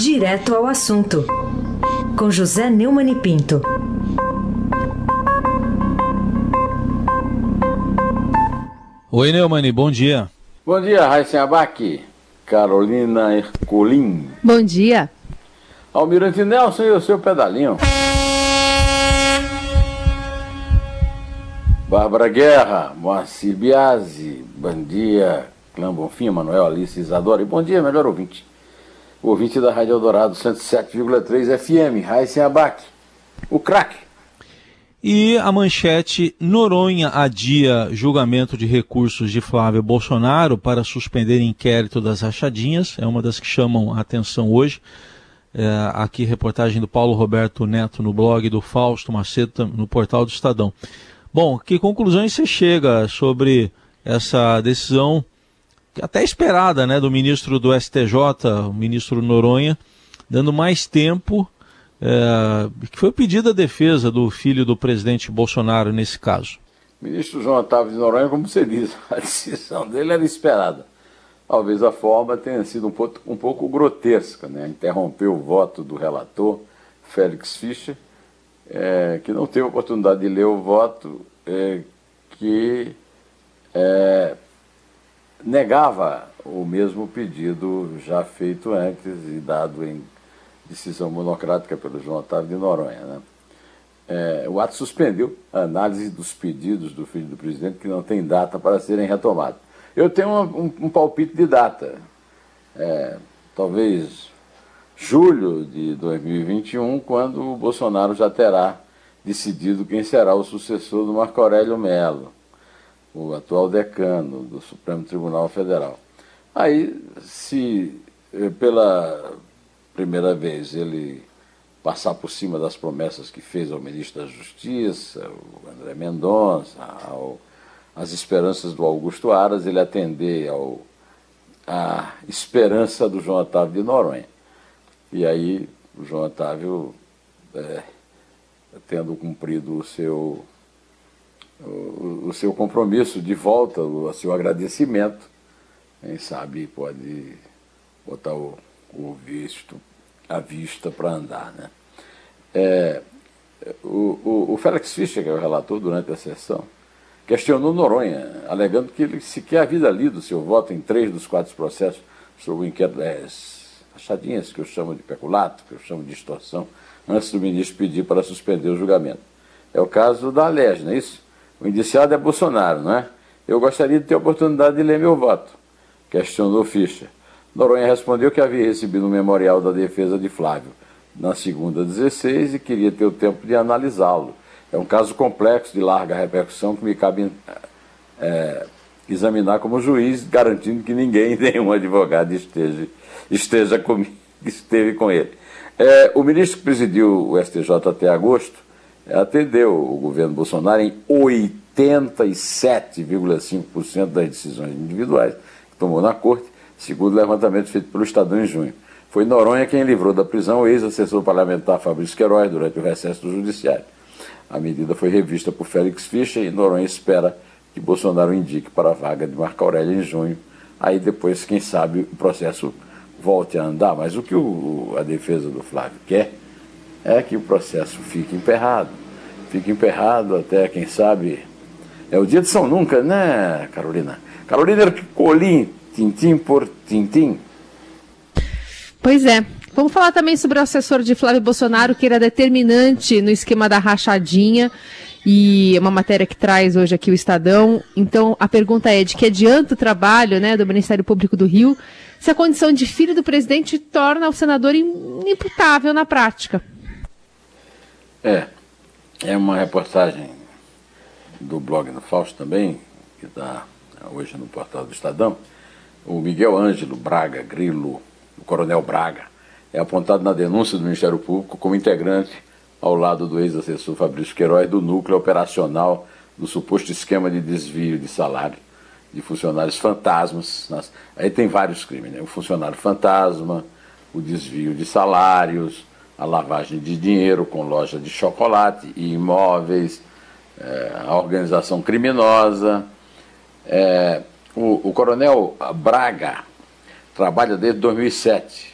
Direto ao assunto, com José Neumann e Pinto. Oi, Neumann, bom dia. Bom dia, Raíssa Abac, Carolina Ercolim. Bom dia. Almirante Nelson e o seu pedalinho. Bárbara Guerra, Moacir Biasi, bom dia, Clã Bonfim, Manuel Alice Isadora. E bom dia, melhor ouvinte. O ouvinte da Rádio Eldorado 107,3 FM, Raíssa Abac, o craque. E a manchete: Noronha adia julgamento de recursos de Flávio Bolsonaro para suspender inquérito das rachadinhas. É uma das que chamam a atenção hoje. Aqui reportagem do Paulo Roberto Neto no blog do Fausto Macedo no portal do Estadão. Bom, que conclusões você chega sobre essa decisão até esperada, né, do ministro do STJ, o ministro Noronha, dando mais tempo, que foi o pedido da defesa do filho do presidente Bolsonaro nesse caso? Ministro João Otávio de Noronha, como você diz, a decisão dele era esperada. Talvez a forma tenha sido um pouco grotesca, né? Interrompeu o voto do relator, Félix Fischer, que não teve oportunidade de ler o voto, que negava o mesmo pedido já feito antes e dado em decisão monocrática pelo João Otávio de Noronha, né? O ato suspendeu a análise dos pedidos do filho do presidente, que não tem data para serem retomados. Eu tenho um palpite de data, talvez julho de 2021, quando o Bolsonaro já terá decidido quem será o sucessor do Marco Aurélio Mello, o atual decano do Supremo Tribunal Federal. Aí, se pela primeira vez ele passar por cima das promessas que fez ao ministro da Justiça, o André Mendonça, às esperanças do Augusto Aras, ele atender à esperança do João Otávio de Noronha. E aí o João Otávio, tendo cumprido o seu compromisso de volta, o seu agradecimento, quem sabe pode botar a vista para andar, né? O Félix Fischer, que é o relator durante a sessão, questionou Noronha, alegando que ele sequer havia lido seu voto em 3 dos 4 processos sobre o inquérito das rachadinhas, que eu chamo de peculato, que eu chamo de extorsão, antes do ministro pedir para suspender o julgamento. É o caso da Alerj, não é isso? O indiciado é Bolsonaro, não é? Eu gostaria de ter a oportunidade de ler meu voto, questionou Fischer. Noronha respondeu que havia recebido um memorial da defesa de Flávio na segunda 16 e queria ter o tempo de analisá-lo. É um caso complexo, de larga repercussão, que me cabe examinar como juiz, garantindo que ninguém, nenhum advogado esteve com ele. O ministro que presidiu o STJ até agosto atendeu o governo Bolsonaro em 87,5% das decisões individuais que tomou na corte, segundo o levantamento feito pelo Estadão em junho. Foi Noronha quem livrou da prisão o ex-assessor parlamentar Fabrício Queiroz durante o recesso do Judiciário. A medida foi revista por Félix Fischer e Noronha espera que Bolsonaro indique para a vaga de Marco Aurélio em junho. Aí depois, quem sabe, o processo volte a andar. Mas o que a defesa do Flávio quer é que o processo fique emperrado. Fique emperrado até, quem sabe, é o dia de São Nunca, né, Carolina? Carolina Ercolim, tintim por tintim. Pois é. Vamos falar também sobre o assessor de Flávio Bolsonaro, que era determinante no esquema da rachadinha, e é uma matéria que traz hoje aqui o Estadão. Então, a pergunta é de que adianta o trabalho, né, do Ministério Público do Rio, se a condição de filho do presidente torna o senador inimputável na prática. É uma reportagem do blog do Fausto também, que está hoje no portal do Estadão. O Miguel Ângelo Braga Grilo, o Coronel Braga, é apontado na denúncia do Ministério Público como integrante, ao lado do ex-assessor Fabrício Queiroz, do núcleo operacional do suposto esquema de desvio de salário de funcionários fantasmas. Aí tem vários crimes, né? O funcionário fantasma, o desvio de salários, a lavagem de dinheiro com loja de chocolate e imóveis, a organização criminosa. O Coronel Braga trabalha desde 2007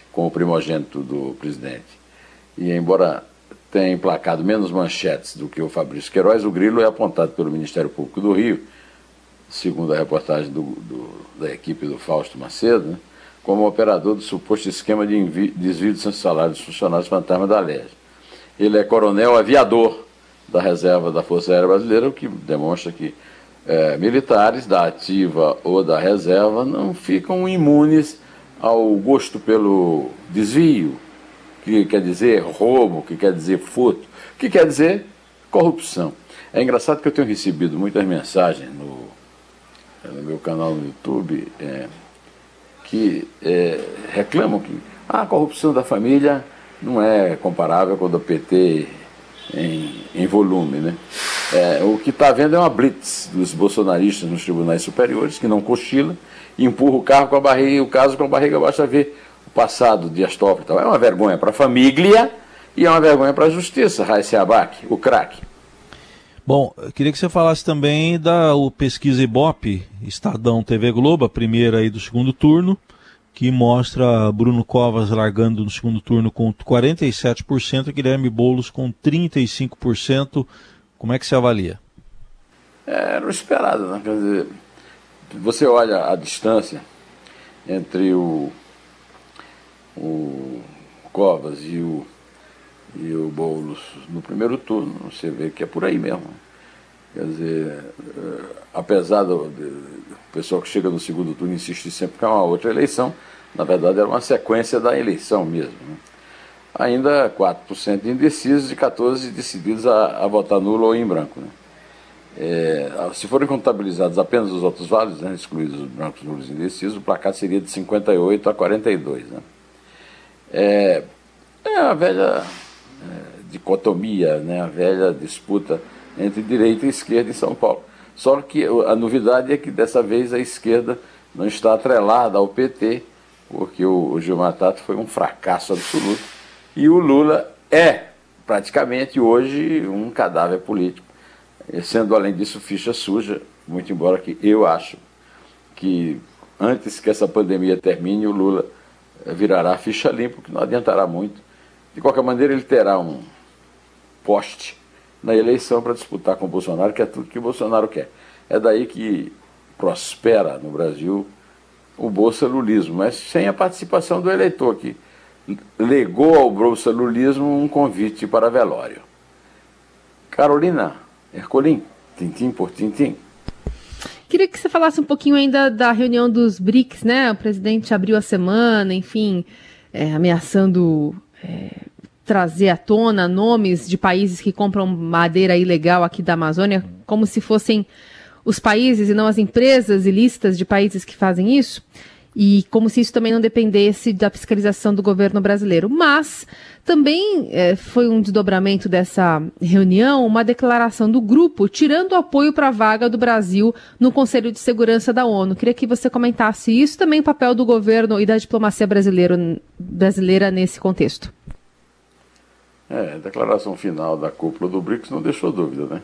com o primogênito do presidente. E embora tenha emplacado menos manchetes do que o Fabrício Queiroz, o Grilo é apontado pelo Ministério Público do Rio, segundo a reportagem da equipe do Fausto Macedo, né, como operador do suposto esquema de desvio de salários dos funcionários fantasma da Alerj. Ele é coronel aviador da reserva da Força Aérea Brasileira, o que demonstra que militares da ativa ou da reserva não ficam imunes ao gosto pelo desvio, que quer dizer roubo, que quer dizer furto, que quer dizer corrupção. É engraçado que eu tenho recebido muitas mensagens no meu canal no YouTube que reclamam que a corrupção da família não é comparável com a do PT em volume, né? O que está vendo é uma blitz dos bolsonaristas nos tribunais superiores, que não cochila, e empurra o caso com a barriga, basta ver o passado de Dias Toffoli. É uma vergonha para a família e é uma vergonha para a justiça, Raíssa Abac, o craque. Bom, eu queria que você falasse também da pesquisa Ibope, Estadão TV Globo, a primeira aí do segundo turno, que mostra Bruno Covas largando no segundo turno com 47% e Guilherme Boulos com 35%. Como é que você avalia? Era o esperado, né? Quer dizer, você olha a distância entre o Covas e o Boulos no primeiro turno, você vê que é por aí mesmo. Quer dizer, apesar do pessoal que chega no segundo turno insistir sempre que é uma outra eleição, na verdade era uma sequência da eleição mesmo, né? Ainda 4% de indecisos e 14% decididos a votar nulo ou em branco, né? Se forem contabilizados apenas os votos válidos, né, excluídos os brancos, nulos e indecisos, o placar seria de 58 a 42, né? É a velha dicotomia, né, a velha disputa entre direita e esquerda em São Paulo. Só que a novidade é que dessa vez a esquerda não está atrelada ao PT, porque o Gilmar Tato foi um fracasso absoluto e o Lula é praticamente hoje um cadáver político, sendo além disso ficha suja, muito embora que eu acho que antes que essa pandemia termine o Lula virará ficha limpa, que não adiantará muito. De qualquer maneira ele terá um poste na eleição para disputar com o Bolsonaro, que é tudo que o Bolsonaro quer. É daí que prospera no Brasil o bolsolulismo, mas sem a participação do eleitor, que legou ao bolsolulismo um convite para velório. Carolina Ercolim, tintim por tintim. Queria que você falasse um pouquinho ainda da reunião dos BRICS, né? O presidente abriu a semana, enfim, ameaçando trazer à tona nomes de países que compram madeira ilegal aqui da Amazônia, como se fossem os países e não as empresas ilícitas de países que fazem isso, e como se isso também não dependesse da fiscalização do governo brasileiro. Mas também foi um desdobramento dessa reunião, uma declaração do grupo tirando o apoio para a vaga do Brasil no Conselho de Segurança da ONU. Queria que você comentasse isso, também o papel do governo e da diplomacia brasileira nesse contexto. A declaração final da cúpula do BRICS não deixou dúvida, né?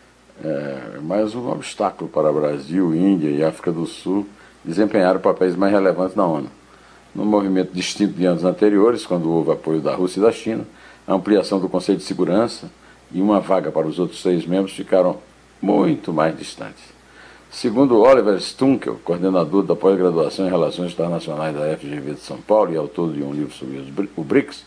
Mais um obstáculo para Brasil, Índia e África do Sul desempenharam papéis mais relevantes na ONU. No movimento distinto de anos anteriores, quando houve apoio da Rússia e da China, a ampliação do Conselho de Segurança e uma vaga para os outros 6 membros ficaram muito mais distantes. Segundo Oliver Stunkel, coordenador da pós-graduação em Relações Internacionais da FGV de São Paulo e autor de um livro sobre o BRICS,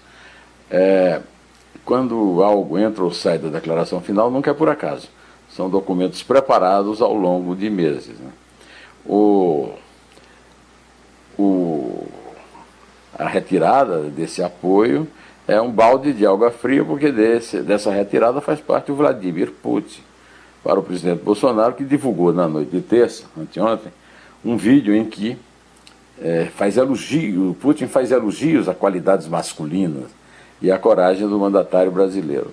quando algo entra ou sai da declaração final, nunca é por acaso. São documentos preparados ao longo de meses, né? A retirada desse apoio é um balde de água fria, porque dessa retirada faz parte o Vladimir Putin. Para o presidente Bolsonaro, que divulgou na noite de terça, anteontem, um vídeo em que o Putin faz elogios a qualidades masculinas e a coragem do mandatário brasileiro.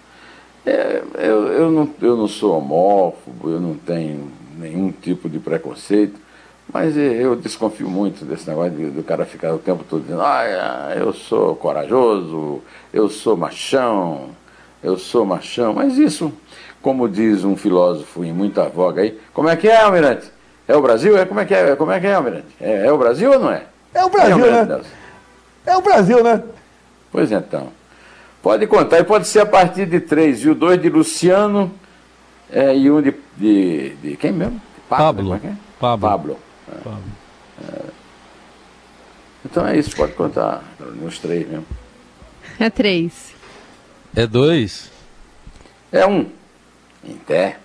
Eu não sou homófobo, eu não tenho nenhum tipo de preconceito, mas eu desconfio muito desse negócio do cara ficar o tempo todo dizendo eu sou corajoso, eu sou machão, mas isso, como diz um filósofo em muita voga aí, como é que é, Almirante? É o Brasil? Como é que é, Almirante? É o Brasil ou não é? É o Brasil, né? É o Brasil, né? Pois então. Pode contar, e pode ser a partir de 3, viu? 2 de Luciano e um de quem mesmo? Pablo. Pablo. Então é isso, pode contar. Nos 3 mesmo. É 3. É 2? É 1. Em pé.